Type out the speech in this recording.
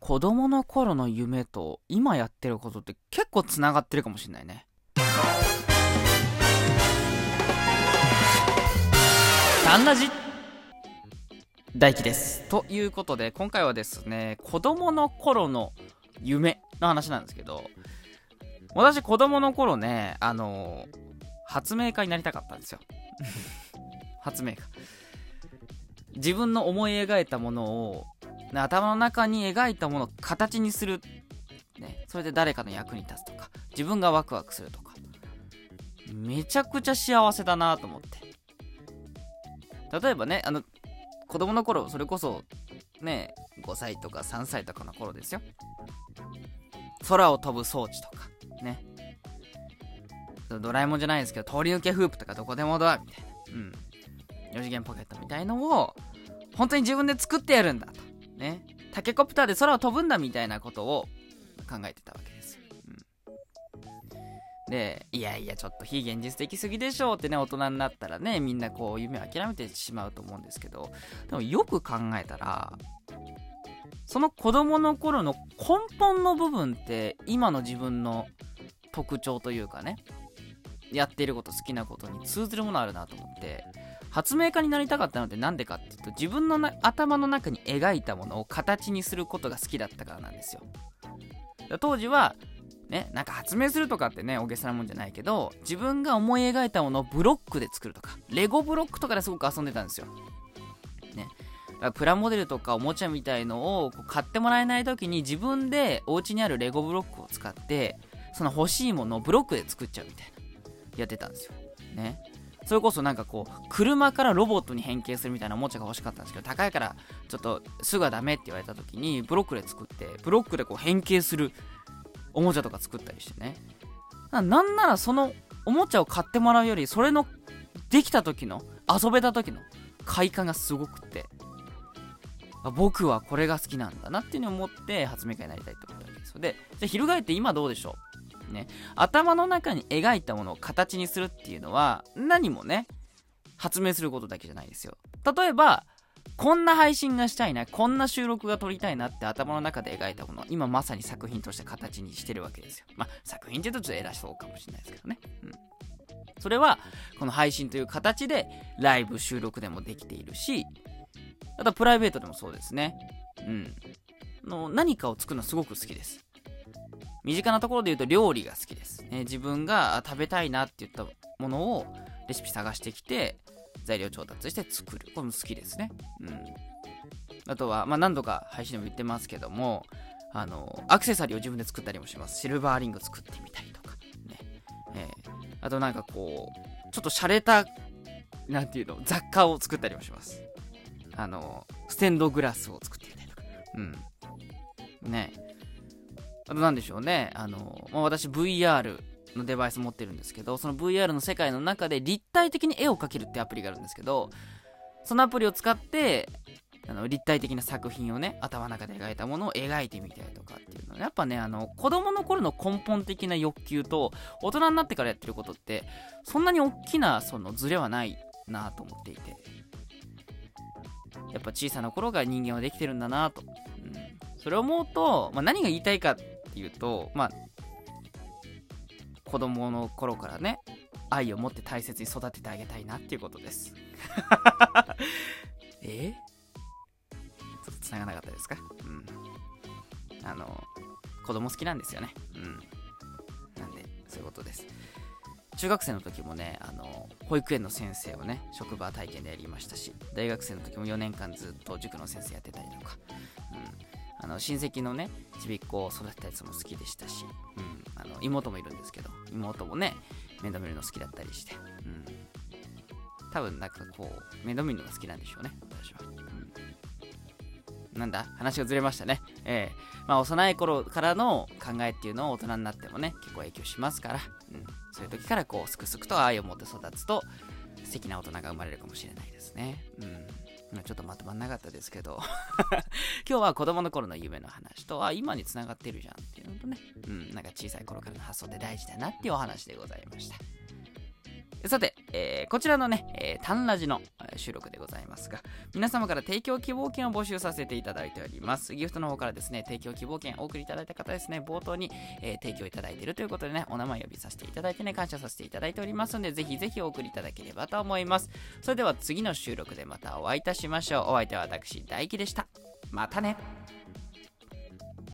子供の頃の夢と今やってることって結構つながってるかもしれないね。タンラジ大輝です。ということで今回はですね、子供の頃の夢の話なんですけど、私子供の頃ね、発明家になりたかったんですよ。発明家。自分の思い描いたものを、頭の中に描いたものを形にする、ね、それで誰かの役に立つとか、自分がワクワクするとか、めちゃくちゃ幸せだなと思って。例えばね、子供の頃、それこそね、5歳とか3歳とかの頃ですよ。空を飛ぶ装置とかね、ドラえもんじゃないですけど、通り抜けフープとかどこでもドアみたいな、4次元ポケットみたいのを本当に自分で作ってやるんだとね、タケコプターで空を飛ぶんだみたいなことを考えてたわけですよ。で、いやちょっと非現実的すぎでしょうってね、大人になったらね、みんなこう夢を諦めてしまうと思うんですけど、でもよく考えたら、その子供の頃の根本の部分って今の自分の特徴というかね、やっていること、好きなことに通ずるものあるなと思って、発明家になりたかったのってなんでかっていうと、自分の頭の中に描いたものを形にすることが好きだったからなんですよ。当時はね、なんか発明するとかってね、大げさなもんじゃないけど、自分が思い描いたものをブロックで作るとか、レゴブロックとかですごく遊んでたんですよ。ね。だからプラモデルとかおもちゃみたいのを買ってもらえない時に自分でお家にあるレゴブロックを使って、その欲しいものをブロックで作っちゃうみたいな。やってたんですよ。ね。それこそなんかこう、車からロボットに変形するみたいなおもちゃが欲しかったんですけど、高いからちょっとすぐはダメって言われた時に、ブロックで作って、ブロックでこう変形するおもちゃとか作ったりしてね。なんならそのおもちゃを買ってもらうより、それのできた時の、遊べた時の快感がすごくって、僕はこれが好きなんだなっていうのを思って発明家になりたいと思ったわけですよ。で、じゃあ翻って今どうでしょうね、頭の中に描いたものを形にするっていうのは何もね、発明することだけじゃないですよ。例えばこんな配信がしたいな、こんな収録が撮りたいなって頭の中で描いたものを今まさに作品として形にしてるわけですよ。まあ作品って言うとちょっと偉そうかもしれないですけどね、それはこの配信という形でライブ収録でもできているし、あとはプライベートでもそうですね。何かを作るのすごく好きです。身近なところで言うと料理が好きです、自分が食べたいなって言ったものをレシピ探してきて材料調達して作る、これも好きですね。あとは、何度か配信でも言ってますけども、アクセサリーを自分で作ったりもします。シルバーリング作ってみたりとかね、あとなんかこうちょっと洒落たなんていうの、雑貨を作ったりもします。ステンドグラスを作ってみたりとか、ね。あとなんでしょうね、私 VR のデバイス持ってるんですけど、その VR の世界の中で立体的に絵を描けるってアプリがあるんですけど、そのアプリを使って立体的な作品をね、頭の中で描いたものを描いてみたりとかっていうのはやっぱね、子供の頃の根本的な欲求と大人になってからやってることってそんなに大きなそのズレはないなと思っていて、やっぱ小さな頃が人間はできてるんだなと、それを思うと、何が言いたいかっていうと、子供の頃からね、愛を持って大切に育ててあげたいなっていうことです。ちょっと繋がなかったですか？子供好きなんですよね。なんでそういうことです。中学生の時もね、保育園の先生をね、職場体験でやりましたし、大学生の時も4年間ずっと塾の先生やってたりとか、親戚のね、ちびっ子を育てたやつも好きでしたし、妹もいるんですけど、妹もね、面倒見るの好きだったりして、多分なんかこう、面倒見るのが好きなんでしょうね、私は。なんだ話がずれましたね。幼い頃からの考えっていうのを大人になってもね、結構影響しますから、そういう時からこうすくすくと愛を持って育つと素敵な大人が生まれるかもしれないですね。ちょっとまとまんなかったですけど今日は子供の頃の夢の話と今に繋がってるじゃんっていうのとね、なんか小さい頃からの発想って大事だなっていうお話でございました。 さて、こちらのね、タンラジの収録でございますが、皆様から提供希望券を募集させていただいております。ギフトの方からですね、提供希望券お送りいただいた方ですね、冒頭に、提供いただいているということでね、お名前呼びさせていただいてね、感謝させていただいておりますので、ぜひぜひお送りいただければと思います。それでは次の収録でまたお会いいたしましょう。お相手は私、大輝でした。またね。